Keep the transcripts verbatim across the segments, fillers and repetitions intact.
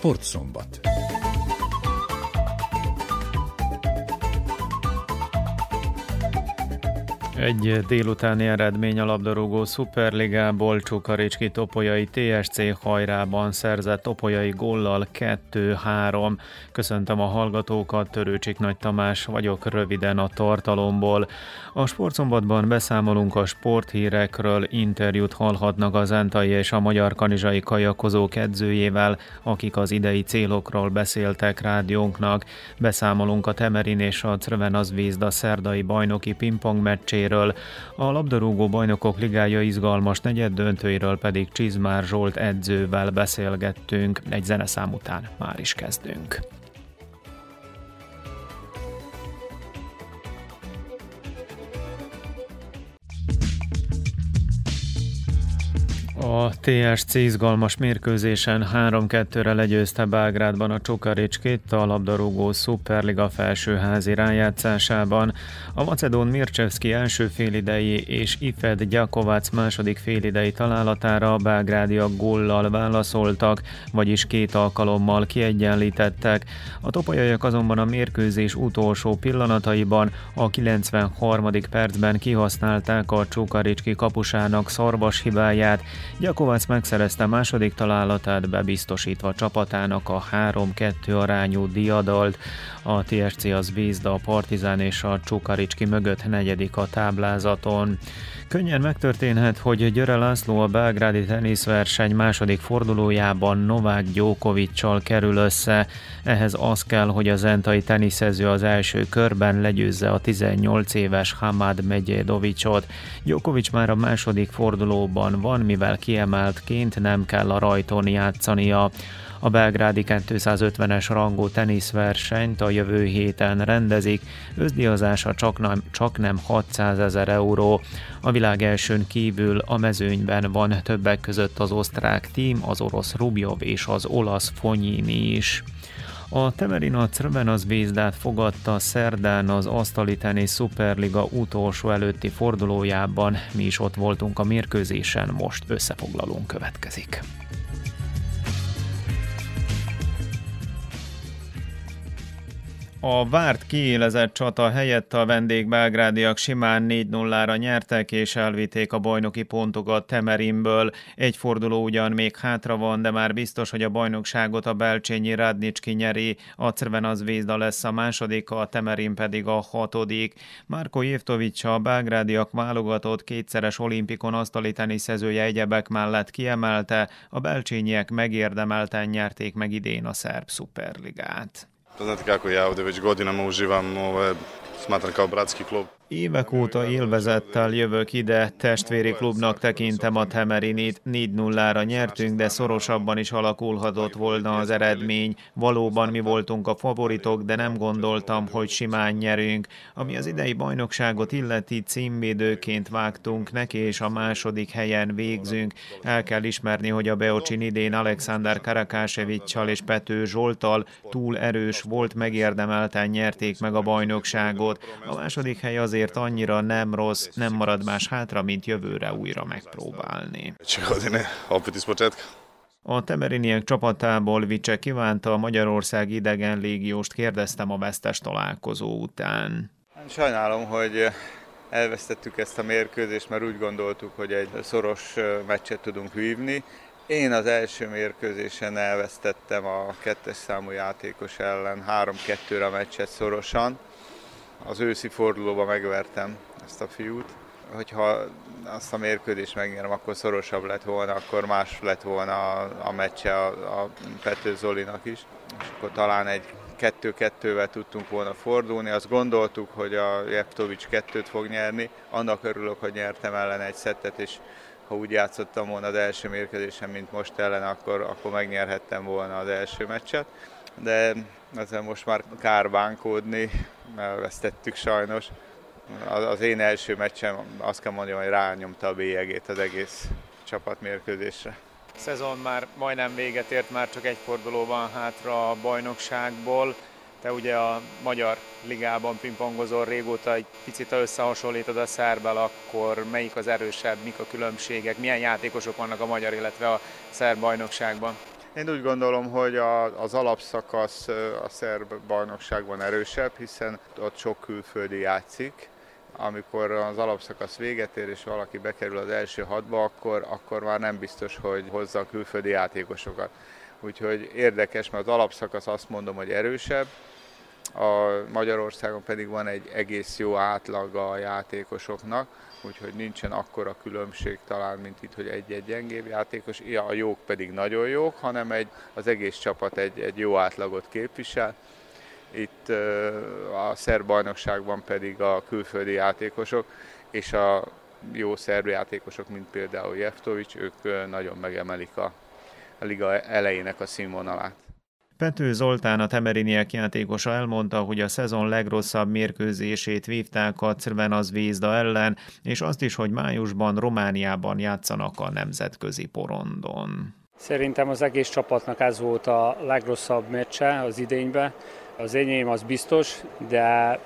Sportszombat. Egy délutáni eredmény a labdarúgó szuperligából. Csukaricski Topolyai té es cé hajrában szerzett topolyai góllal kettő három. Köszöntöm a hallgatókat, Törőcsik Nagy Tamás vagyok, röviden a tartalomból. A Sportszombatban beszámolunk a sporthírekről, interjút hallhatnak a zentai és a magyar kanizsai kajakozók edzőjével, akik az idei célokról beszéltek rádiónknak. Beszámolunk a Temerin és a Crvenazvézda szerdai bajnoki pingpong meccséről. A labdarúgó bajnokok ligája izgalmas negyeddöntőiről pedig Csizmár Zsolt edzővel beszélgettünk. Egy zeneszám után már is kezdünk. A té es cé izgalmas mérkőzésen három kettőre legyőzte Belgrádban a Csukaricskit a labdarúgó szuperliga felsőházi rájátszásában. A macedón Mircevszki első félidei és Ifed Gyakovac második félidei találatára a belgrádiak góllal válaszoltak, vagyis két alkalommal kiegyenlítettek. A topolyaiak azonban a mérkőzés utolsó pillanataiban a kilencvenharmadik percben kihasználták a Csukaricski kapusának szarvas hibáját. Gyakovac megszerezte második találatát, bebiztosítva csapatának a három kettő arányú diadalt. A té es cé, az Zvezda, a Partizán és a Csukaricski mögött negyedik a táblázaton. Könnyen megtörténhet, hogy Győre László a belgrádi teniszverseny második fordulójában Novák Djokoviccal kerül össze. Ehhez az kell, hogy a zentai teniszező az első körben legyőzze a tizennyolc éves Hamad Medjedovicsot. Djokovic már a második fordulóban van, mivel kiemeltként nem kell a rajton játszania. A belgrádi kétszázötvenes rangú teniszversenyt a jövő héten rendezik, összdíjazása csak nem, csak nem hatszázezer euró. A világ elsőn kívül a mezőnyben van többek között az osztrák Thiem, az orosz Rubjov és az olasz Fognini is. A Temerin a Crvenazvézdát fogadta szerdán az asztali tenisz szuperliga utolsó előtti fordulójában. Mi is ott voltunk a mérkőzésen, most összefoglalónk következik. A várt kiélezett csata helyett a vendégbelgrádiak simán négy nullára nyertek és elvitték a bajnoki pontokat Temerinből. Egy forduló ugyan még hátra van, de már biztos, hogy a bajnokságot a belcsényi Radnicski nyeri. A Crvenazvézda lesz a második, a Temerin pedig a hatodik. Marko Jevtovics, a belgrádiak válogatott kétszeres olimpikon asztali teniszezője egyebek mellett kiemelte, a belcsényiek megérdemelten nyerték meg idén a szerb szuperligát. Znate kako ja ovdje već godinama uživam, ovo smatram kao bratski klub. Évek óta élvezettel jövök ide, testvéri klubnak tekintem a Temerinit, négy nullára nyertünk, de szorosabban is alakulhatott volna az eredmény. Valóban mi voltunk a favoritok, de nem gondoltam, hogy simán nyerünk. Ami az idei bajnokságot illeti, címvédőként vágtunk neki, és a második helyen végzünk. El kell ismerni, hogy a Beocsin idén Alexander Karakásevicsal és Pető Zsolttal túl erős volt, megérdemelten nyerték meg a bajnokságot. A második hely azért Azért annyira nem rossz, nem marad más hátra, mint jövőre újra megpróbálni. A temeriniek csapatából Vicse kívánta a Magyarország idegen légióst, kérdeztem a vesztes találkozó után. Sajnálom, hogy elvesztettük ezt a mérkőzést, mert úgy gondoltuk, hogy egy szoros meccset tudunk vívni. Én az első mérkőzésen elvesztettem a kettes számú játékos ellen három kettőre a meccset szorosan. Az őszi fordulóban megvertem ezt a fiút. Hogyha azt a mérkőzést megnyerem, akkor szorosabb lett volna, akkor más lett volna a, a meccse a, a Pető Zolinak is. És akkor talán egy kettő kettővel tudtunk volna fordulni. Azt gondoltuk, hogy a Jevtovics kettőt fog nyerni. Annak örülök, hogy nyertem ellen egy szettet, és ha úgy játszottam volna az első mérkőzésen, mint most ellen, akkor, akkor megnyerhettem volna az első meccset. De ezzel most már kár bánkódni, elvesztettük sajnos. Az én első meccsem, azt kell mondjam, hogy rányomta a bélyegét az egész csapatmérkőzésre. A szezon már majdnem véget ért, már csak egy fordulóban hátra a bajnokságból. Te ugye a magyar ligában pingpongozol régóta, egy picit összehasonlítod a szerbbel, akkor melyik az erősebb, mik a különbségek, milyen játékosok vannak a magyar, illetve a szerb bajnokságban? Én úgy gondolom, hogy a, az alapszakasz a szerb bajnokságban erősebb, hiszen ott sok külföldi játszik. Amikor az alapszakasz véget ér és valaki bekerül az első hatba, akkor, akkor már nem biztos, hogy hozza a külföldi játékosokat. Úgyhogy érdekes, mert az alapszakasz azt mondom, hogy erősebb, a Magyarországon pedig van egy egész jó átlaga a játékosoknak, úgyhogy nincsen akkora különbség talán, mint itt, hogy egy-egy gyengébb játékos, a jók pedig nagyon jók, hanem egy, az egész csapat egy, egy jó átlagot képvisel. Itt a szerb bajnokságban pedig a külföldi játékosok és a jó szerb játékosok, mint például Jeftovics, ők nagyon megemelik a, a liga elejének a színvonalát. Pető Zoltán, a Temeriniek játékosa elmondta, hogy a szezon legrosszabb mérkőzését vívták a Crvena Zvezda ellen, és azt is, hogy májusban Romániában játszanak a nemzetközi porondon. Szerintem az egész csapatnak ez volt a legrosszabb meccse az idényben. Az enyém az biztos, de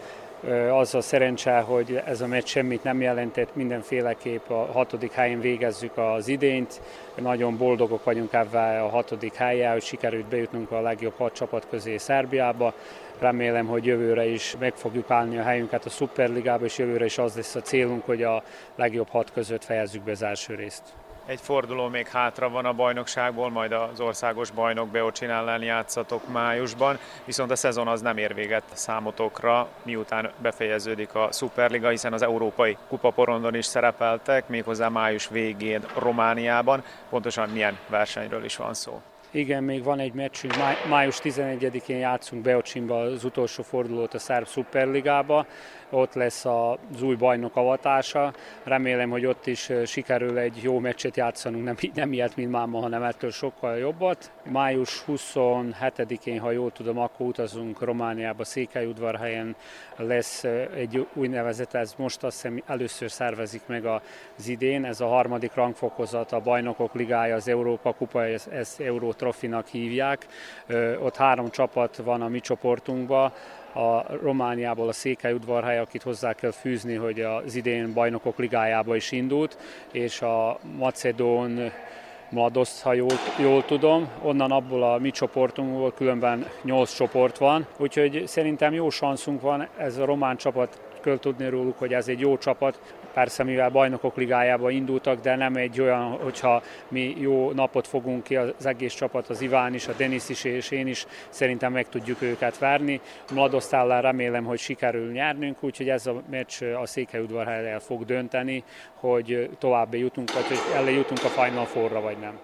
az a szerencse, hogy ez a meccs semmit nem jelentett, mindenféleképp a hatodik helyen végezzük az idényt. Nagyon boldogok vagyunk ebben a hatodik helyen, hogy sikerült bejutnunk a legjobb hat csapat közé Szerbiába. Remélem, hogy jövőre is meg fogjuk állni a helyünket a Szuperligába, és jövőre is az lesz a célunk, hogy a legjobb hat között fejezzük be az első részt. Egy forduló még hátra van a bajnokságból, majd az országos bajnok Beocsin ellen játszatok májusban, viszont a szezon az nem ér véget számotokra, miután befejeződik a Szuperliga, hiszen az európai kupaporondon is szerepeltek, méghozzá május végén Romániában. Pontosan milyen versenyről is van szó? Igen, még van egy meccsünk, május tizenegyedikén játszunk Beocsinba az utolsó fordulót a szerb Szuperligába, ott lesz az új bajnok avatása, remélem, hogy ott is sikerül egy jó meccset játszanunk, nem, nem ilyet, mint máma, hanem ettől sokkal jobbat. május huszonhetedikén, ha jól tudom, akkor utazunk Romániába, Székelyudvarhelyen lesz egy úgynevezett, ez most azt hiszem először szervezik meg az idén, ez a harmadik rangfokozat, a Bajnokok Ligája, az Európa Kupa, ezt Euró Trofinak hívják. Ott három csapat van a mi csoportunkban, a Romániából a Székelyudvarhely, akit hozzá kell fűzni, hogy az idén Bajnokok Ligájába is indult, és a Macedón Mladost, ha jól, jól tudom, onnan abból a mi csoportunkból különben nyolc csoport van, úgyhogy szerintem jó szanszunk van, ez a román csapat, kell tudni róluk, hogy ez egy jó csapat, persze mivel Bajnokok Ligájába indultak, de nem egy olyan, hogyha mi jó napot fogunk ki, az egész csapat, az Iván is, a Denis is és én is, szerintem meg tudjuk őket verni. Mladost ellen remélem, hogy sikerül nyernünk, úgyhogy ez a meccs a Székelyudvarhelyen fog dönteni, hogy tovább jutunk, vagy hogy elé jutunk a Final Fourra, vagy nem.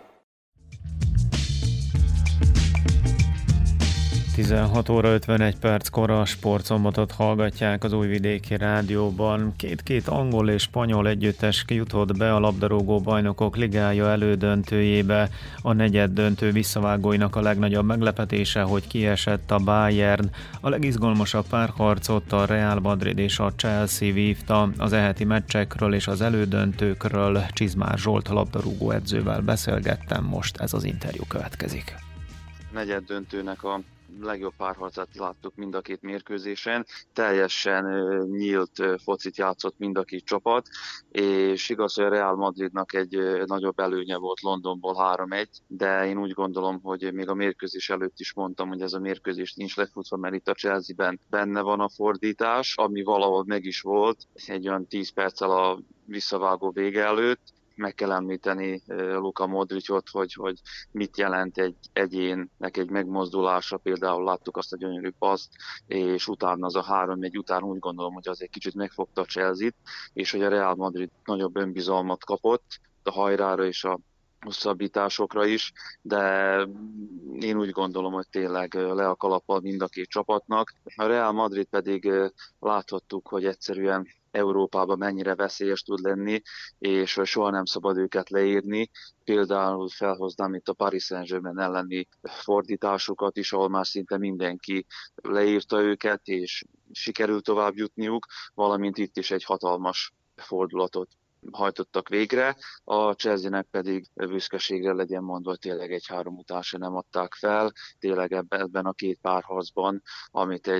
tizenhat óra ötvenegy perckor a Sportszombatot hallgatják az Újvidéki Rádióban. Két-két angol és spanyol együttes jutott be a labdarúgó bajnokok ligája elődöntőjébe. A negyeddöntő visszavágóinak a legnagyobb meglepetése, hogy kiesett a Bayern. A legizgalmasabb párharcot a Real Madrid és a Chelsea vívta. Az eheti meccsekről és az elődöntőkről Csizmár Zsolt labdarúgó edzővel beszélgettem, most ez az interjú következik. Negyeddöntőnek a legjobb párharcát láttuk mind a két mérkőzésen, teljesen nyílt focit játszott mind a két csapat, és igaz, hogy a Real Madridnak egy nagyobb előnye volt Londonból három egy, de én úgy gondolom, hogy még a mérkőzés előtt is mondtam, hogy ez a mérkőzés nincs lefutva, mert itt a Chelsea-ben benne van a fordítás, ami valahol meg is volt, egy olyan tíz perccel a visszavágó vége előtt. Meg kell említeni Luka Modricot, hogy, hogy mit jelent egy egyénnek egy megmozdulása, például láttuk azt a gyönyörű paszt, és utána az a három egy után úgy gondolom, hogy az egy kicsit megfogta a Chelsea-t, és hogy a Real Madrid nagyobb önbizalmat kapott a hajrára és a hosszabbításokra is, de én úgy gondolom, hogy tényleg le a kalappal mind a két csapatnak. A Real Madrid pedig láthattuk, hogy egyszerűen Európában mennyire veszélyes tud lenni, és soha nem szabad őket leírni. Például felhoznám itt a Paris Saint-Germain elleni fordításokat is, ahol már szinte mindenki leírta őket, és sikerült tovább jutniuk, valamint itt is egy hatalmas fordulatot hajtottak végre, a Chelsea-nek pedig büszkeségre legyen mondva, tényleg egy három után se nem adták fel, tényleg ebben a két párharcban, amit egy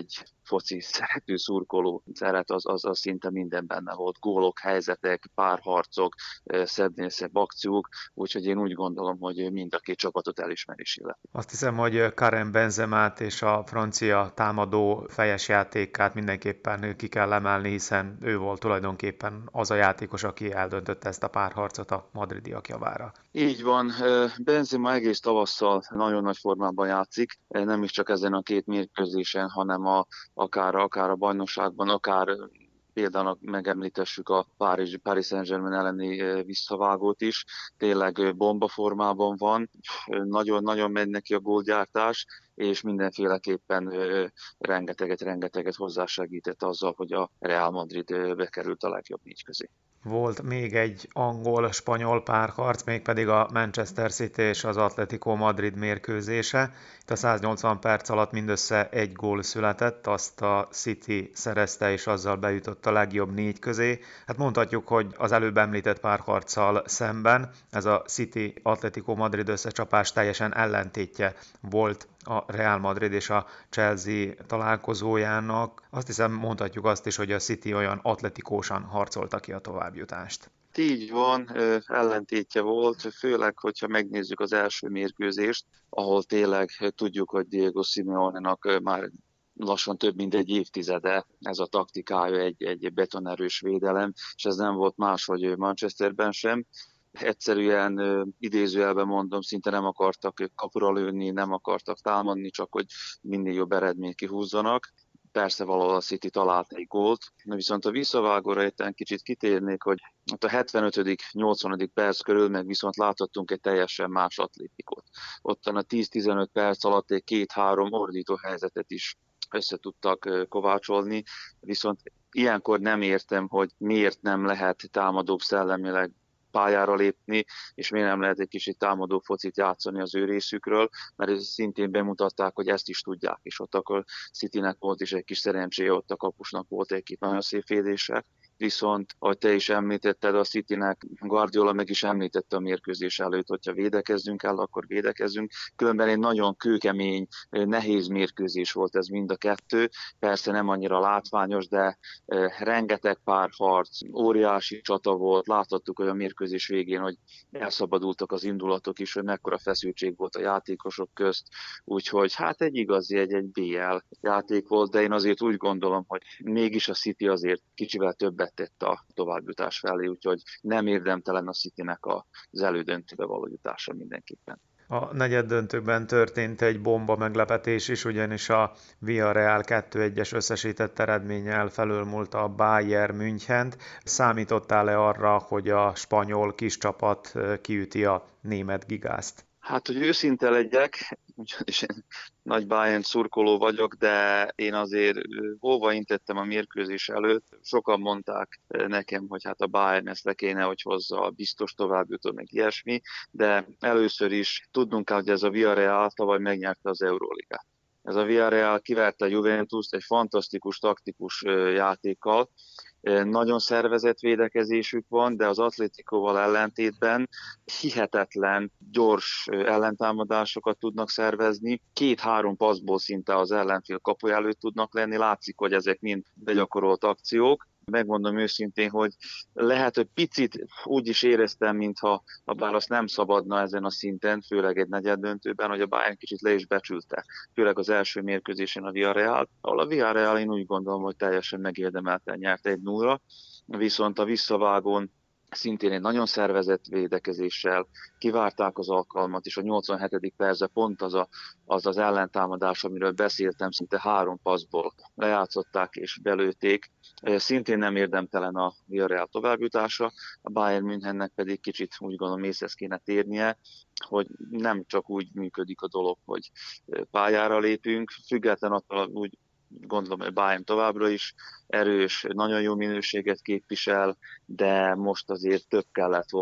foci szerető szurkoló szeret, az, az, az szinte minden benne volt. Gólok, helyzetek, párharcok, szebbnél szebb akciók, úgyhogy én úgy gondolom, hogy mind a két csapatot elismerés illet. Azt hiszem, hogy Karim Benzemát és a francia támadó fejes játékát mindenképpen ki kell emelni, hiszen ő volt tulajdonképpen az a játékos, aki eldöntötte ezt a párharcot a madridiak javára. Így van, Benzema egész tavasszal nagyon nagy formában játszik, nem is csak ezen a két mérkőzésen, hanem a, akár, akár a bajnokságban, akár például megemlítessük a Paris, Paris Saint-Germain elleni visszavágót is, tényleg bomba formában van, nagyon-nagyon megy neki a gólgyártás, és mindenféleképpen rengeteget-rengeteget hozzásegített azzal, hogy a Real Madrid bekerült a legjobb négy közé. Volt még egy angol-spanyol párharc, mégpedig a Manchester City és az Atletico Madrid mérkőzése. Itt a száznyolcvan perc alatt mindössze egy gól született, azt a City szerezte, és azzal bejutott a legjobb négy közé. Hát mondhatjuk, hogy az előbb említett párharccal szemben ez a City-Atletico Madrid összecsapás teljesen ellentétje volt a Real Madrid és a Chelsea találkozójának. Azt hiszem, mondhatjuk azt is, hogy a City olyan atletikósan harcolta ki a továbbjutást. Így van, ellentétje volt, főleg, hogyha megnézzük az első mérkőzést, ahol tényleg tudjuk, hogy Diego Simeone-nak már lassan több mint egy évtizede ez a taktikája, egy, egy betonerős védelem, és ez nem volt máshogy Manchesterben sem. Egyszerűen idézőjelben mondom, szinte nem akartak kapura lőni, nem akartak támadni, csak hogy minél jobb eredményt kihúzzanak. Persze valahol a City talált egy gólt, viszont a visszavágóra egy kicsit kitérnék, hogy ott a hetvenötödik nyolcvanadik perc körül meg viszont láthattunk egy teljesen más Atlétikót. Ottan a tíz-tizenöt perc alatt egy két-három ordító helyzetet is össze tudtak kovácsolni, viszont ilyenkor nem értem, hogy miért nem lehet támadóbb szellemileg pályára lépni, és miért nem lehet egy kicsit támadó focit játszani az ő részükről, mert szintén bemutatták, hogy ezt is tudják, és ott akkor Citynek volt is egy kis szerencséje, ott a kapusnak volt egy-két nagyon szép védése, viszont, ahogy te is említetted, a Citynek Guardiola meg is említette a mérkőzés előtt, hogyha védekezzünk el, akkor védekezzünk. Különben egy nagyon kőkemény, nehéz mérkőzés volt ez mind a kettő. Persze nem annyira látványos, de rengeteg párharc, óriási csata volt. Láthattuk, hogy a mérkőzés végén, hogy elszabadultak az indulatok is, hogy mekkora feszültség volt a játékosok közt. Úgyhogy hát egy igazi, egy, egy bé el játék volt, de én azért úgy gondolom, hogy mégis a City azért kicsivel többet tett a továbbjutás felé, úgyhogy nem érdemtelen a Citynek az elődöntőbe való jutása mindenképpen. A negyeddöntőben történt egy bomba meglepetés is, ugyanis a Villarreal kettő egyes összesített eredménnyel felülmúlta a Bayern Münchent. Számítottál-e arra, hogy a spanyol kis csapat kiüti a német gigázt? Hát, hogy őszinte legyek, és én nagy Bayern szurkoló vagyok, de én azért hóva intettem a mérkőzés előtt. Sokan mondták nekem, hogy hát a Bayern ezt le kéne, hogy hozza, biztos továbbjutó, meg ilyesmi, de először is tudnunk kell, hogy ez a Villarreal tavaly megnyerte az Euróligát. Ez a Villarreal kiverte a Juventust egy fantasztikus taktikus játékkal. Nagyon szervezett védekezésük van, de az Atlétikóval ellentétben hihetetlen, gyors ellentámadásokat tudnak szervezni. Két-három passzból szinte az ellenfél kapuja előtt tudnak lenni. Látszik, hogy ezek mind begyakorolt akciók. Megmondom őszintén, hogy lehet, hogy picit úgy is éreztem, mintha a bár azt nem szabadna ezen a szinten, főleg egy negyeddöntőben, hogy a Bayern kicsit le is becsülte. Főleg az első mérkőzésen a Villarreal, ahol a Villarreal én úgy gondolom, hogy teljesen megérdemelten nyert egy nullra, viszont a visszavágón szintén egy nagyon szervezett védekezéssel kivárták az alkalmat, és a nyolcvanhetedik percben pont az, a, az az ellentámadás, amiről beszéltem, szinte három passzból lejátszották és belőték. Szintén nem érdemtelen a Villarreal továbbjutása, a Bayern Münchennek pedig kicsit úgy gondolom észhez kéne térnie, hogy nem csak úgy működik a dolog, hogy pályára lépünk, független attól úgy gondolom, hogy Bayern továbbra is erős, nagyon jó minőséget képvisel, de most azért több kellett volna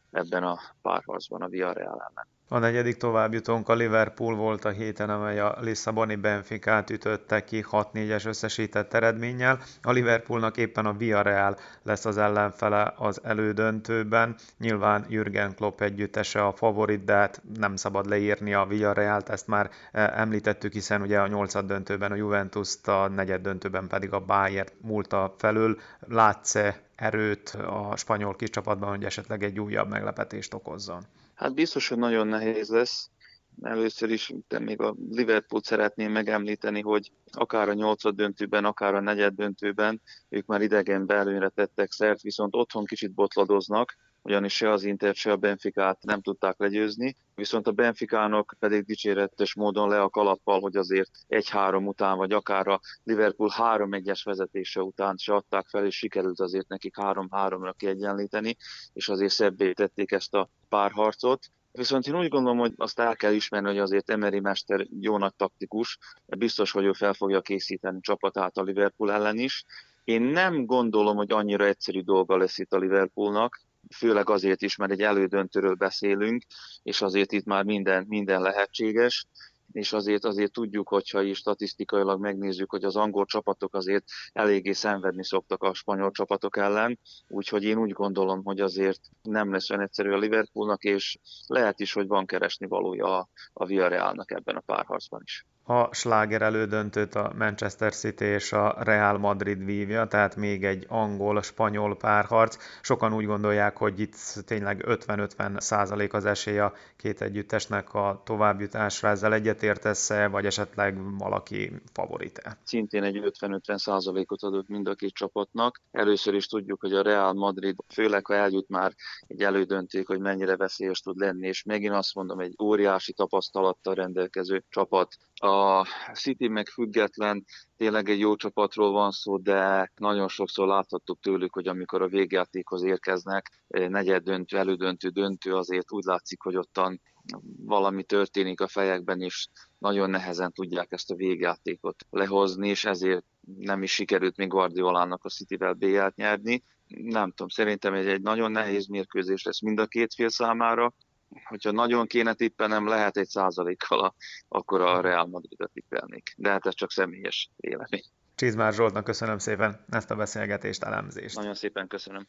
ebben a párharcban a Villarreal ellen. A negyedik továbbjutónk a Liverpool volt a héten, amely a Lisszaboni Benficát ütötte ki hat négyes összesített eredménnyel. A Liverpoolnak éppen a Villarreal lesz az ellenfele az elődöntőben. Nyilván Jürgen Klopp együttese a favorit, de hát nem szabad leírni a Villarrealt, ezt már említettük, hiszen ugye a nyolcad döntőben a Juventust, a negyed döntőben pedig a Bayern múlta felül. Látsz-e erőt a spanyol kis csapatban, hogy esetleg egy újabb meglepetést okozzon? Hát biztos, hogy nagyon nehéz lesz. Először is de még a Liverpoolt szeretném megemlíteni, hogy akár a nyolcad döntőben, akár a negyed döntőben ők már idegenbe előnyre tettek szert, viszont otthon kicsit botladoznak, ugyanis se az Inter, se a Benficát nem tudták legyőzni, viszont a Benficának pedig dicséretes módon le a kalappal, hogy azért egy-három után, vagy akár a Liverpool három egyes vezetése után se adták fel, és sikerült azért nekik három-háromra kiegyenlíteni, és azért szebbé tették ezt a párharcot. Viszont én úgy gondolom, hogy azt el kell ismerni, hogy azért Emery mester jó nagy taktikus, biztos, hogy ő fel fogja készíteni csapatát a Liverpool ellen is. Én nem gondolom, hogy annyira egyszerű dolga lesz itt a Liverpoolnak, főleg azért is, mert egy elődöntőről beszélünk, és azért itt már minden, minden lehetséges, és azért, azért tudjuk, hogyha is statisztikailag megnézzük, hogy az angol csapatok azért eléggé szenvedni szoktak a spanyol csapatok ellen, úgyhogy én úgy gondolom, hogy azért nem lesz olyan egyszerű a Liverpoolnak, és lehet is, hogy van keresni valója a, a Villarrealnak ebben a párharcban is. A sláger elődöntőt a Manchester City és a Real Madrid vívja, tehát még egy angol-spanyol párharc. Sokan úgy gondolják, hogy itt tényleg ötven-ötven százalék az esély a két együttesnek a továbbjutásra. Ezzel egyetértesz-e, vagy esetleg valaki favorit-e? Szintén egy ötven-ötven százalékot adott mind a két csapatnak. Először is tudjuk, hogy a Real Madrid, főleg ha eljut már egy elődöntőig, hogy mennyire veszélyes tud lenni, és megint azt mondom, egy óriási tapasztalattal rendelkező csapat. A City meg független, tényleg egy jó csapatról van szó, de nagyon sokszor láthattuk tőlük, hogy amikor a végjátékhoz érkeznek, negyed döntő, elődöntő, döntő, azért úgy látszik, hogy ottan valami történik a fejekben, és nagyon nehezen tudják ezt a végjátékot lehozni, és ezért nem is sikerült még Guardiolának a Cityvel bé el-t nyerni. Nem tudom, szerintem ez egy nagyon nehéz mérkőzés lesz mind a két fél számára. Hogyha nagyon kéne tippelnem, lehet egy százalékkal, a, akkor a Real Madridot tippelnék. De hát ez csak személyes vélemény. Csizmár Zsoltnak köszönöm szépen ezt a beszélgetést, elemzést. Nagyon szépen köszönöm.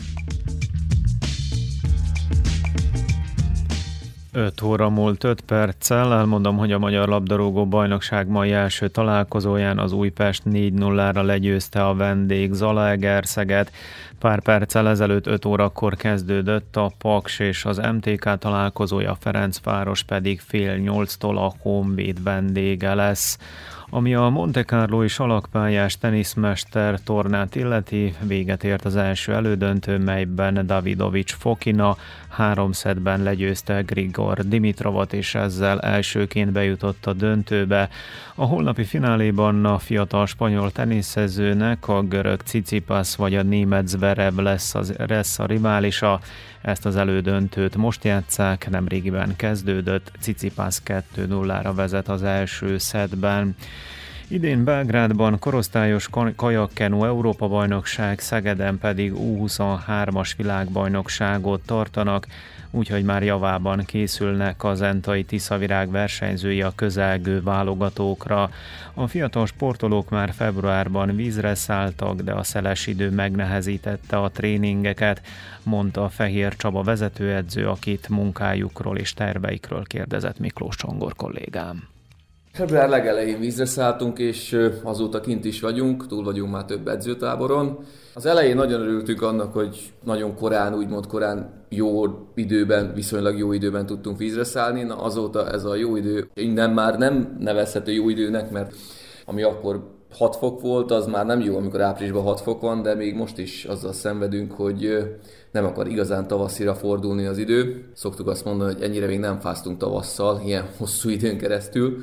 öt óra múlt öt perccel, elmondom, hogy a Magyar Labdarúgó Bajnokság mai első találkozóján az Újpest négy nullára legyőzte a vendég Zalaegerszeget. Pár perccel ezelőtt öt órakor kezdődött a Paks és az em té ká találkozója, Ferencváros pedig fél nyolctól a Honvéd vendége lesz. Ami a Monte Carlói salakpályás teniszmester tornát illeti, véget ért az első elődöntő, melyben Davidovics Fokina három szettben legyőzte Grigor Dimitrovot, és ezzel elsőként bejutott a döntőbe. A holnapi fináléban a fiatal spanyol teniszezőnek a görög Tsitsipas vagy a német Zverev lesz, az, lesz a riválisa. Ezt az elődöntőt most játsszák, nemrégiben kezdődött, Tsitsipas kettő nullára vezet az első szettben. Idén Belgrádban korosztályos kajakkenu Európa-bajnokság, Szegeden pedig U huszonhármas világbajnokságot tartanak, úgyhogy már javában készülnek az entai Tiszavirág versenyzői a közelgő válogatókra. A fiatal sportolók már februárban vízre szálltak, de a szeles idő megnehezítette a tréningeket, mondta Fehér Csaba vezetőedző, akit munkájukról és terveikről kérdezett Miklós Csongor kollégám. Február legelején vízre szálltunk, és azóta kint is vagyunk, túl vagyunk már több edzőtáboron. Az elején nagyon örültünk annak, hogy nagyon korán, úgymond korán jó időben, viszonylag jó időben tudtunk vízre szállni. Na azóta ez a jó idő, innen már nem nevezhető jó időnek, mert ami akkor hat fok volt, az már nem jó, amikor áprilisban hat fok van, de még most is azzal szenvedünk, hogy nem akar igazán tavaszira fordulni az idő. Szoktuk azt mondani, hogy ennyire még nem fáztunk tavasszal, ilyen hosszú időn keresztül.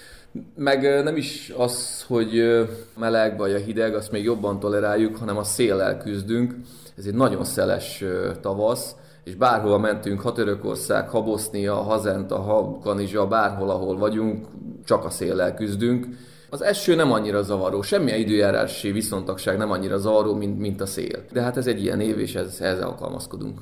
Meg nem is az, hogy meleg vagy a hideg, azt még jobban toleráljuk, hanem a széllel küzdünk. Ez egy nagyon szeles tavasz, és bárhol mentünk, ha Törökország, ha Bosznia, ha Zenta, ha Kanizsa, bárhol, ahol vagyunk, csak a széllel küzdünk. Az eső nem annyira zavaró, semmilyen időjárási viszontagság nem annyira zavaró, mint, mint a szél. De hát ez egy ilyen év, és ez, ezzel alkalmazkodunk.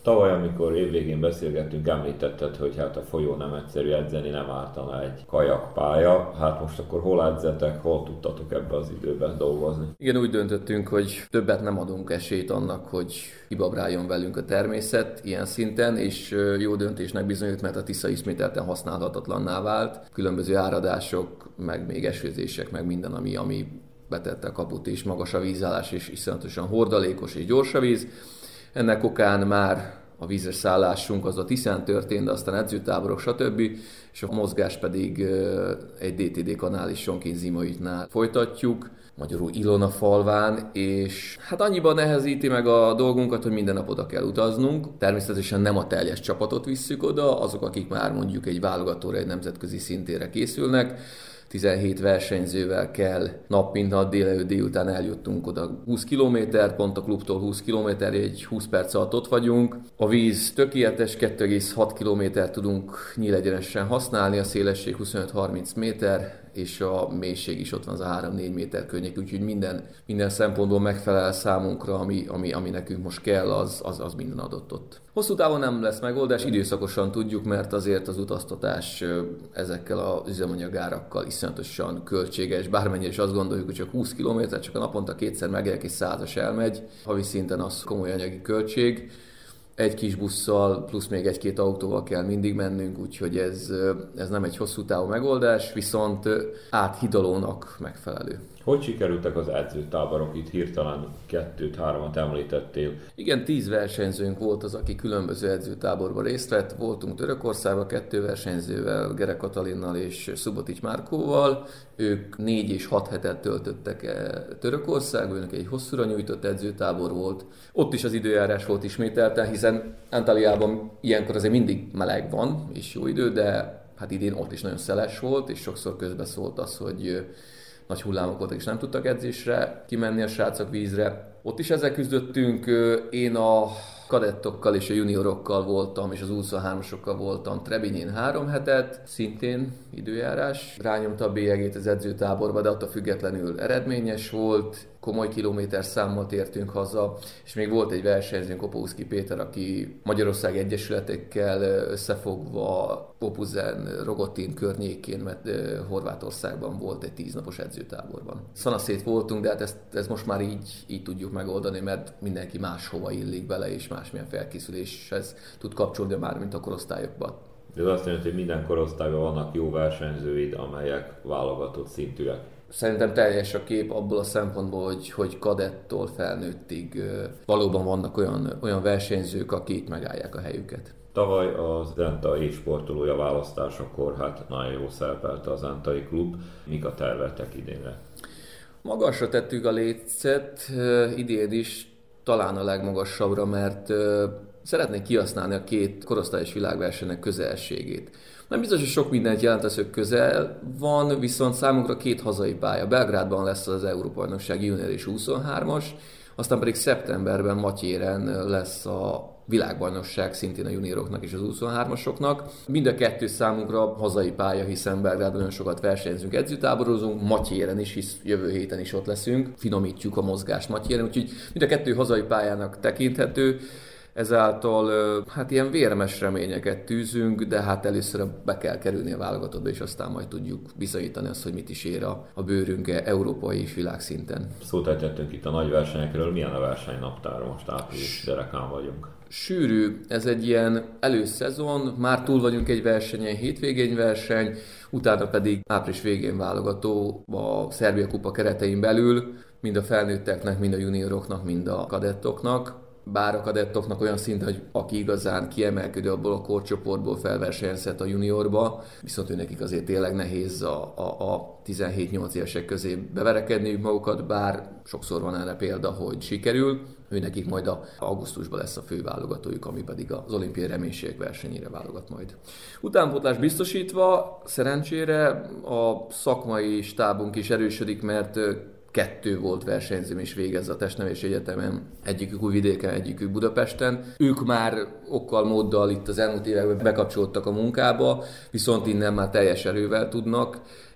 Tavaly, amikor évvégén beszélgettünk, említetted, hogy hát a folyó nem egyszerű edzeni, nem ártana egy kajakpálya. Hát most akkor hol edzetek, hol tudtatok ebbe az időben dolgozni? Igen, úgy döntöttünk, hogy többet nem adunk esélyt annak, hogy kibabráljon velünk a természet ilyen szinten, és jó döntésnek bizonyult, mert a Tisza ismételten használhatatlanná vált. Különböző áradások, meg még esőzések, meg minden, ami, ami betette a kaput, és magas a vízállás, és iszonyatosan hordalékos és gyors a víz. Ennek okán már a vízes szállásunk az a Tiszán történt, de aztán edzőtáborok, stb. És a mozgás pedig egy dé té dé kanálisonként Zimaitynál folytatjuk, magyarul Ilona falván, és hát annyiban nehezíti meg a dolgunkat, hogy minden nap oda kell utaznunk. Természetesen nem a teljes csapatot visszük oda, azok, akik már mondjuk egy válogatóra, egy nemzetközi szintére készülnek. tizenhét versenyzővel kell nap mint nap, délelőtt délután eljuttunk oda húsz kilométer, pont a klubtól húsz kilométer, egy húsz perc alatt ott vagyunk. A víz tökéletes, kettő egész hat kilométer tudunk nyílegyenesen használni, a szélesség huszonöt-harminc méter, és a mélység is ott van, az a három-négy méter környék, úgyhogy minden, minden szempontból megfelel számunkra, ami, ami, ami nekünk most kell, az, az, az minden adott ott. Hosszú távon nem lesz megoldás, időszakosan tudjuk, mert azért az utaztatás ezekkel az üzemanyagárakkal iszonyatosan költséges, bármennyire is azt gondoljuk, hogy csak húsz kilométer, csak a naponta kétszer megérek és százas elmegy, havi szinten az komoly anyagi költség. Egy kis busszal, plusz még egy-két autóval kell mindig mennünk, úgyhogy ez, ez nem egy hosszú távú megoldás, viszont áthidalónak megfelelő. Hogy sikerültek az edzőtáborok? Itt hirtelen kettőt, háromat említettél. Igen, tíz versenyzőnk volt az, aki különböző edzőtáborban részt vett. Voltunk Törökországban kettő versenyzővel, Gerek Katalinnal és Szubotics Márkóval. Ők négy és hat hetet töltöttek Törökországban, őnek egy hosszúra nyújtott edzőtábor volt. Ott is az időjárás volt ismételten, hiszen Antalyában ilyenkor azért mindig meleg van és jó idő, de hát idén ott is nagyon szeles volt, és sokszor közbeszólt az, hogy nagy hullámok voltak, és nem tudtak edzésre kimenni a srácok vízre. Ott is ezzel küzdöttünk. Én a kadettokkal és a juniorokkal voltam, és az U huszonhármasokkal voltam Trebinyén három hetet, szintén időjárás. Rányomta a bélyegét az edzőtáborba, de attól függetlenül eredményes volt. Komoly kilométerszámmal tértünk haza, és még volt egy versenyzőnk, Opóuszki Péter, aki Magyarország egyesületekkel összefogva Opuzen, Rogotin környékén, mert Horvátországban volt egy tíznapos edzőtáborban. Szanaszét voltunk, de hát ezt, ezt most már így, így tudjuk megoldani, mert mindenki máshova illik bele, és másmilyen felkészüléshez tud kapcsolódni már, mint a korosztályokban. Ez azt jelenti, hogy minden korosztályban vannak jó versenyzőid, amelyek válogatott szintűek. Szerintem teljes a kép abból a szempontból, hogy, hogy kadettól felnőttig valóban vannak olyan, olyan versenyzők, akik megállják a helyüket. Tavaly az Zenta évsportolója választásakor hát nagyon jól szerepelte az Zentai klub. Mik a tervetek idénre? Magasra tettük a lécet, idén is talán a legmagasabbra, mert szeretnék kihasználni a két korosztályos világversenynek közelségét. Nem biztos, hogy sok mindent jelent az, hogy közel van, viszont számunkra két hazai pálya. Belgrádban lesz az Európa-bajnokság junior és huszonhármas, aztán pedig szeptemberben Matyéren lesz a világbajnokság szintén a junioroknak és az huszonhármasoknak. Mind a kettő számunkra hazai pálya, hiszen Belgrádban nagyon sokat versenyzünk, edzőtáborozunk, Matyéren is, hisz jövő héten is ott leszünk, finomítjuk a mozgást Matyéren, úgyhogy mind a kettő hazai pályának tekinthető. Ezáltal hát ilyen vérmes reményeket tűzünk, de hát először be kell kerülni a válogatottba, és aztán majd tudjuk bizonyítani azt, hogy mit is ér a, a bőrünk európai és világszinten. Szót ejtettünk itt a nagy versenyekről, milyen a versenynaptára, most április derekán vagyunk? Sűrű, ez egy ilyen előszezon, már túl vagyunk egy versenyen, hétvégén verseny, utána pedig április végén válogató a Szerbia Kupa keretein belül, mind a felnőtteknek, mind a junioroknak, mind a kadettoknak. Bár a kadettoknak olyan szint, hogy aki igazán kiemelkedő abból a korcsoportból felversenyezhet a juniorba, viszont őnekik azért tényleg nehéz a, a, a tizenhét-nyolc évesek közé beverekedniük magukat, bár sokszor van erre példa, hogy sikerül. Őnekik majd a augusztusban lesz a főválogatójuk, ami pedig az olimpiai reménységek versenyére válogat majd. Utánpótlás biztosítva, szerencsére a szakmai stábunk is erősödik, mert kettő volt versenyzőm is végez a Testnevelési Egyetemen, egyikük Újvidéken, egyikük Budapesten. Ők már okkal, móddal itt az elmúlt években bekapcsolódtak a munkába, viszont innen már teljes erővel tudnak,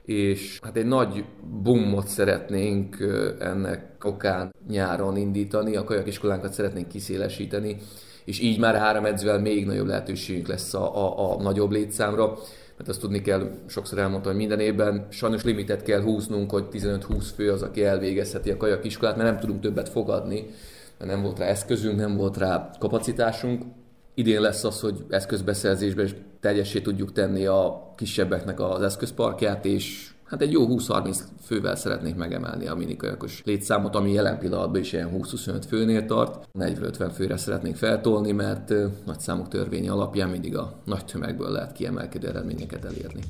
és hát egy nagy boomot szeretnénk ennek okán nyáron indítani, a kajakiskolánkat szeretnénk kiszélesíteni, és így már három edzővel még nagyobb lehetőségünk lesz a, a, a nagyobb létszámra. Mert azt tudni kell, sokszor elmondtam, hogy minden évben sajnos limitet kell húznunk, hogy tizenöt-húsz fő az, aki elvégezheti a kajakiskolát, mert nem tudunk többet fogadni, mert nem volt rá eszközünk, nem volt rá kapacitásunk. Idén lesz az, hogy eszközbeszerzésben is teljessé tudjuk tenni a kisebbeknek az eszközparkját, és hát egy jó húsz-harminc fővel szeretnék megemelni a minikajakos létszámot, ami jelen pillanatban is ilyen húsz-huszonöt főnél tart. negyven-ötven főre szeretnénk feltolni, mert nagy számok törvénye alapján mindig a nagy tömegből lehet kiemelkedő eredményeket elérni.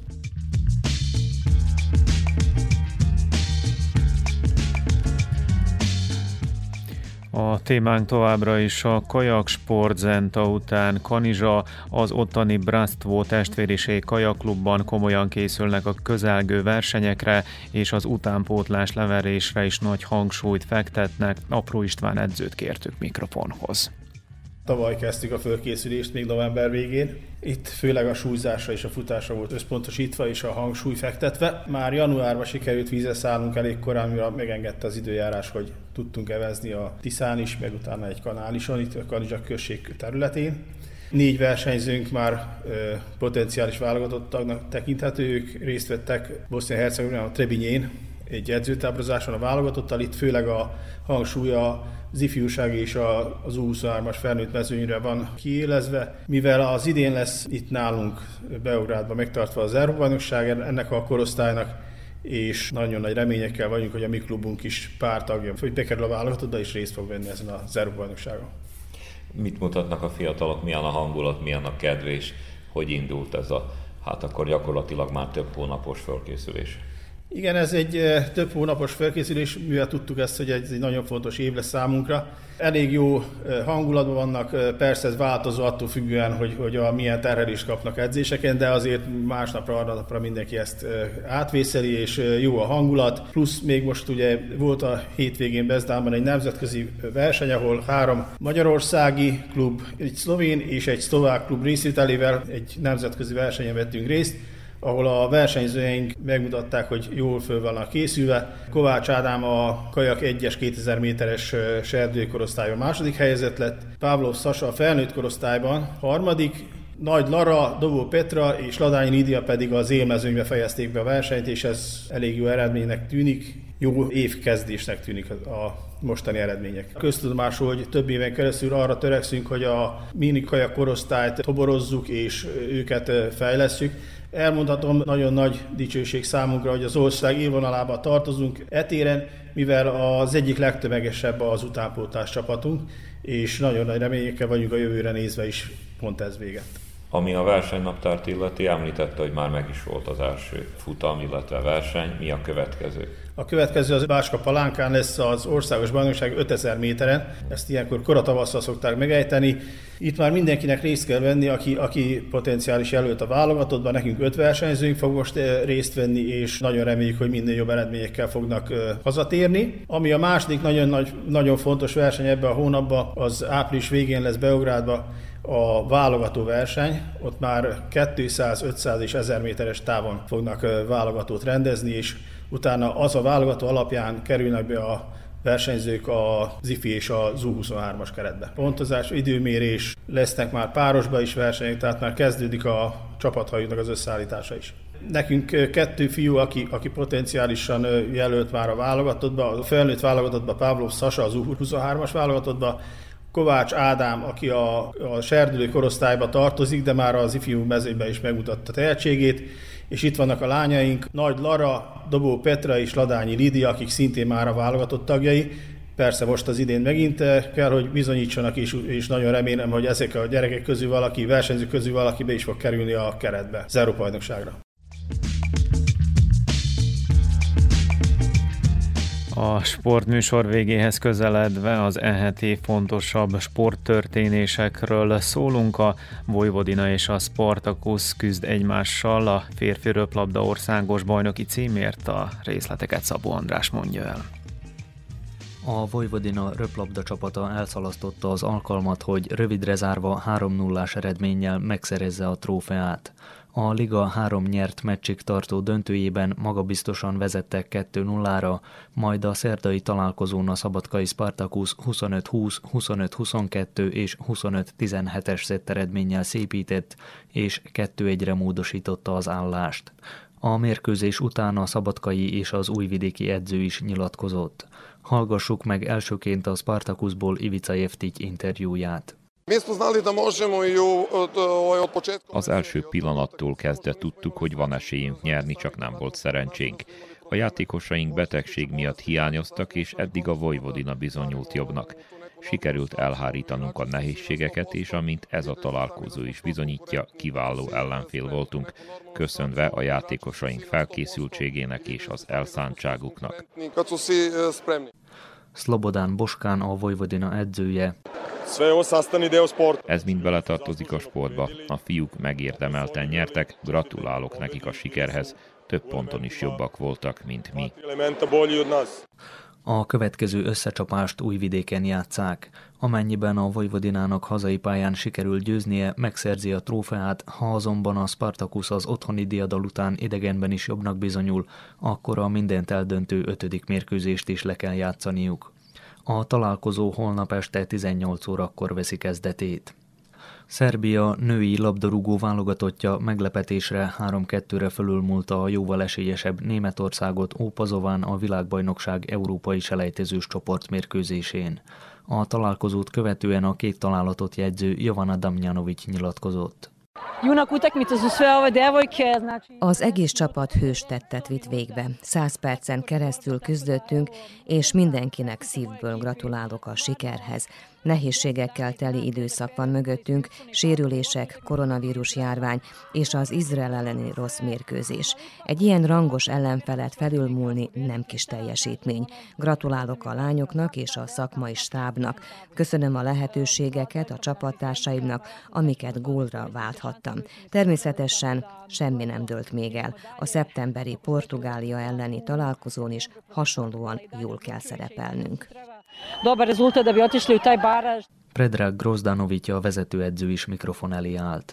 A témánk továbbra is a kajaksport. Zenta után Kanizsa, az ottani Bratstvo testvériség kajakklubban komolyan készülnek a közelgő versenyekre, és az utánpótlás leverésre is nagy hangsúlyt fektetnek. Apró István edzőt kértük mikrofonhoz. Tavaly kezdtük a fölkészülést még november végén. Itt főleg a súlyzásra és a futásra volt összpontosítva és a hangsúly fektetve. Már januárban sikerült vízre szállnunk elég korán, mivel megengedte az időjárás, hogy tudtunk evezni a Tiszán is, meg utána egy kanálison, itt a Kanizsa község területén. Négy versenyzőnk már ö, potenciális válogatottaknak tekinthető, ők részt vettek Bosznia-Hercegovinában a Trebinyén, egy edzőtáborozáson a válogatottal, itt főleg a hangsúly az ifjúság és az U huszonhármas felnőtt mezőnyre van kiélezve. Mivel az idén lesz itt nálunk Beográdban megtartva az Európa-bajnokság ennek a korosztálynak, és nagyon nagy reményekkel vagyunk, hogy a mi klubunk is pár tagja, hogy bekerül a válogatottba és részt fog venni ezen az Európa-bajnokságon. Mit mutatnak a fiatalok, milyen a hangulat, milyen a kedv, és hogy indult ez a, hát akkor gyakorlatilag már több hónapos felkészülés? Igen, ez egy több hónapos felkészülés, mivel tudtuk ezt, hogy ez egy nagyon fontos év lesz számunkra. Elég jó hangulatban vannak, persze ez változó attól függően, hogy, hogy a milyen terhelést kapnak edzéseken, de azért másnapra, arra napra mindenki ezt átvészeli, és jó a hangulat. Plusz még most ugye volt a hétvégén Bezdánban egy nemzetközi verseny, ahol három magyarországi klub, egy szlovén és egy szlovák klub részvételével egy nemzetközi versenyen vettünk részt, ahol a versenyzőink megmutatták, hogy jól föl vannak készülve. Kovács Ádám a kajak egyes kétezer méteres serdülőkorosztályban második helyezett lett, Pavlov Sasa a felnőtt korosztályban harmadik, Nagy Lara, Dobó Petra és Ladányi Lídia pedig az élmezőnybe fejezték be a versenyt, és ez elég jó eredménynek tűnik, jó évkezdésnek tűnik a mostani eredmények. Köztudomású, hogy több éven keresztül arra törekszünk, hogy a minikajak korosztályt toborozzuk és őket fejlesszük. Elmondhatom, nagyon nagy dicsőség számunkra, hogy az ország élvonalába tartozunk etéren, mivel az egyik legtömegesebb az utánpótlás csapatunk, és nagyon nagy reményekkel vagyunk a jövőre nézve is, pont ez véget. Ami a versenynaptárt illeti, említette, hogy már meg is volt az első futam, illetve verseny. Mi a következő? A következő az Bácska Palánkán lesz az országos bajnokság ötezer méteren. Ezt ilyenkor koratavasszal szokták megejteni. Itt már mindenkinek részt kell venni, aki, aki potenciális jelölt a válogatottban. Nekünk öt versenyzőnk fog most részt venni, és nagyon reméljük, hogy minél jobb eredményekkel fognak hazatérni. Ami a második nagyon, nagy, nagyon fontos verseny ebben a hónapban, az április végén lesz Beográdban a válogató verseny. Ott már kétszáz, ötszáz és ezer méteres távon fognak válogatót rendezni, és utána az a válogató alapján kerülnek be a versenyzők az ifi és az U huszonhármas keretbe. Pontozás, időmérés, lesznek már párosba is versenyek, tehát már kezdődik a csapathajóknak az összeállítása is. Nekünk kettő fiú, aki, aki potenciálisan jelölt már a válogatottba, a felnőtt válogatottba Pavlov Sasa az U huszonhármas válogatottba, Kovács Ádám, aki a, a serdülő korosztályba tartozik, de már az ifjú mezőnyben is megmutatta tehetségét, és itt vannak a lányaink, Nagy Lara, Dobó Petra és Ladányi Lídia, akik szintén már a válogatott tagjai. Persze most az idén megint kell, hogy bizonyítsanak, és, és nagyon remélem, hogy ezek a gyerekek közül valaki, versenyzők közül valaki be is fog kerülni a keretbe, az Európa-bajnokságra. A sportműsor végéhez közeledve az e heti fontosabb sporttörténésekről szólunk. A Vojvodina és a Spartacus küzd egymással a férfi röplabda országos bajnoki címért. A részleteket Szabó András mondja el. A Vojvodina röplabda csapata elszalasztotta az alkalmat, hogy rövidre zárva három nullás eredménnyel megszerezze a trófeát. A liga három nyert meccsig tartó döntőjében magabiztosan vezettek kettő nullára, majd a szerdai találkozón a szabadkai Spartacus huszonöt húsz, huszonöt huszonkettő és huszonöt tizenhetes szetteredménnyel szépített, és kettő egyre módosította az állást. A mérkőzés után a szabadkai és az újvidéki edző is nyilatkozott. Hallgassuk meg elsőként a Spartacusból Ivica Jeftić interjúját. Az első pillanattól kezdve tudtuk, hogy van esélyünk nyerni, csak nem volt szerencsénk. A játékosaink betegség miatt hiányoztak, és eddig a Vojvodina bizonyult jobbnak. Sikerült elhárítanunk a nehézségeket, és amint ez a találkozó is bizonyítja, kiváló ellenfél voltunk, köszönve a játékosaink felkészültségének és az elszántságuknak. Szlobodán Boskán, a Vojvodina edzője. Ez mind beletartozik a sportba. A fiúk megérdemelten nyertek, gratulálok nekik a sikerhez. Több ponton is jobbak voltak, mint mi. A következő összecsapást Újvidéken játsszák. Amennyiben a Vojvodinának hazai pályán sikerül győznie, megszerzi a trófeát, ha azonban a Spartacus az otthoni diadal után idegenben is jobbnak bizonyul, akkor a mindent eldöntő ötödik mérkőzést is le kell játszaniuk. A találkozó holnap este tizennyolc órakor veszi kezdetét. Szerbia női labdarúgó válogatottja meglepetésre három kettőre fölülmúlta a jóval esélyesebb Németországot Ópazován a világbajnokság európai selejtezős csoportmérkőzésén. A találkozót követően a két találatot jegyző Jovana Damjanović nyilatkozott. Az egész csapat hős tettet vitt végbe. Száz percen keresztül küzdöttünk, és mindenkinek szívből gratulálok a sikerhez. Nehézségekkel teli időszak van mögöttünk, sérülések, koronavírus járvány és az Izrael elleni rossz mérkőzés. Egy ilyen rangos ellenfelet felülmúlni nem kis teljesítmény. Gratulálok a lányoknak és a szakmai stábnak. Köszönöm a lehetőségeket a csapattársaimnak, amiket gólra válthattam. Természetesen semmi nem dőlt még el. A szeptemberi Portugália elleni találkozón is hasonlóan jól kell szerepelnünk. Predrag Grozdanović, a vezetőedző is mikrofon elé állt.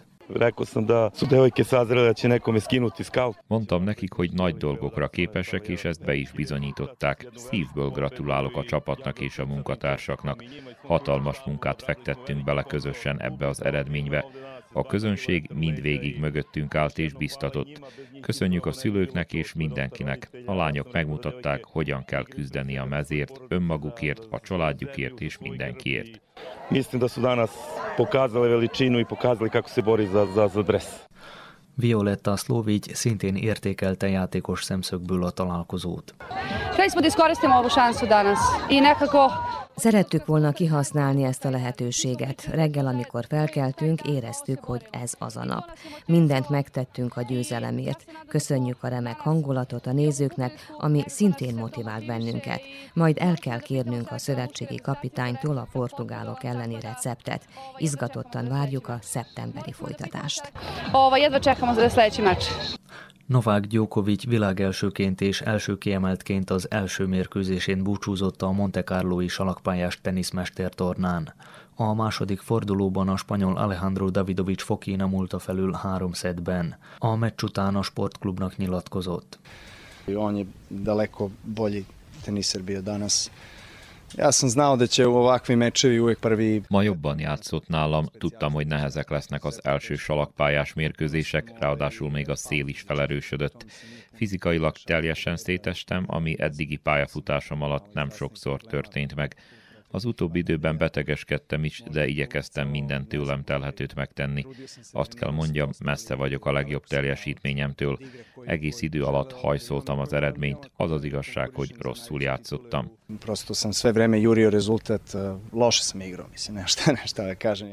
Mondtam nekik, hogy nagy dolgokra képesek, és ezt be is bizonyították. Szívből gratulálok a csapatnak és a munkatársaknak. Hatalmas munkát fektettünk bele közösen ebbe az eredménybe. A közönség mindvégig mögöttünk állt és biztatott. Köszönjük a szülőknek és mindenkinek. A lányok megmutatták, hogyan kell küzdeni a mezért, önmagukért, a családjukért és mindenkiért. Mislim da su danas pokazali veličinu i pokazali kako se bori za, za, za dres. Violetta Slović szintén értékelte játékos szemszögből a találkozót. Szerettük volna kihasználni ezt a lehetőséget. Reggel, amikor felkeltünk, éreztük, hogy ez az a nap. Mindent megtettünk a győzelemért. Köszönjük a remek hangulatot a nézőknek, ami szintén motivált bennünket. Majd el kell kérnünk a szövetségi kapitánytól a portugálok elleni receptet. Izgatottan várjuk a szeptemberi folytatást. Novák Djokovic világelsőként és első kiemeltként az első mérkőzésén búcsúzott a Monte Carlói salakpályás teniszmester tornán. A második fordulóban a spanyol Alejandro Davidovich Fokina múlta felül három szettben. A meccs után a sportklubnak nyilatkozott. On je daleko bolji teniser bio danas. Ja sam znao da će u ovakvi mečevi uvijek prvi. Ma jobban játszott nálam, tudtam, hogy nehezek lesznek az első salakpályás mérkőzések, ráadásul még a szél is felerősödött. Fizikailag teljesen szétestem, ami eddigi pályafutásom alatt nem sokszor történt meg. Az utóbbi időben betegeskedtem is, de igyekeztem minden tőlem telhetőt megtenni. Azt kell mondjam, messze vagyok a legjobb teljesítményemtől. Egész idő alatt hajszoltam az eredményt, az az igazság, hogy rosszul játszottam. Prosto sam sve vreme jurio rezultat, loše sam igrao, mislim, nešto, nešto da kažem.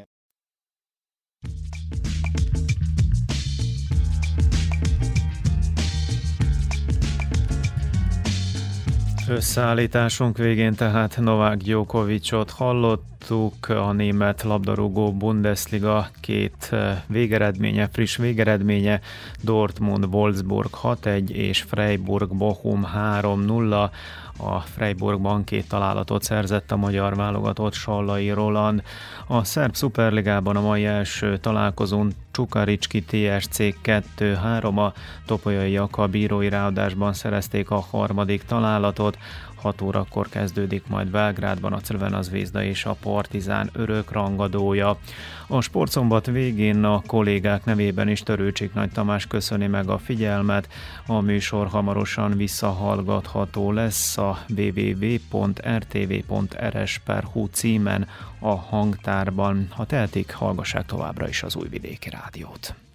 Összeállításunk végén tehát Novák Djokovicot hallott, hallottuk a német labdarúgó Bundesliga két végeredménye, friss végeredménye, Dortmund-Wolfsburg hat egy és Freiburg-Bochum három nulla. A Freiburgban két találatot szerzett a magyar válogatott Sallai Roland. A szerb szuperligában a mai első találkozón Čukarički té es cé kettő három, a Topolyai Jakab bírói ráadásban szerezték a harmadik találatot. hat órakor kezdődik majd Belgrádban a Crvena Zvezda és a Partizán örök rangadója. A Sportszombat végén a kollégák nevében is Törőcsik Nagy Tamás köszöni meg a figyelmet. A műsor hamarosan visszahallgatható lesz a double-u double-u double-u pont er té vé pont er es pont hu címen a hangtárban. Ha tehetik, hallgassák továbbra is az Újvidéki Rádiót.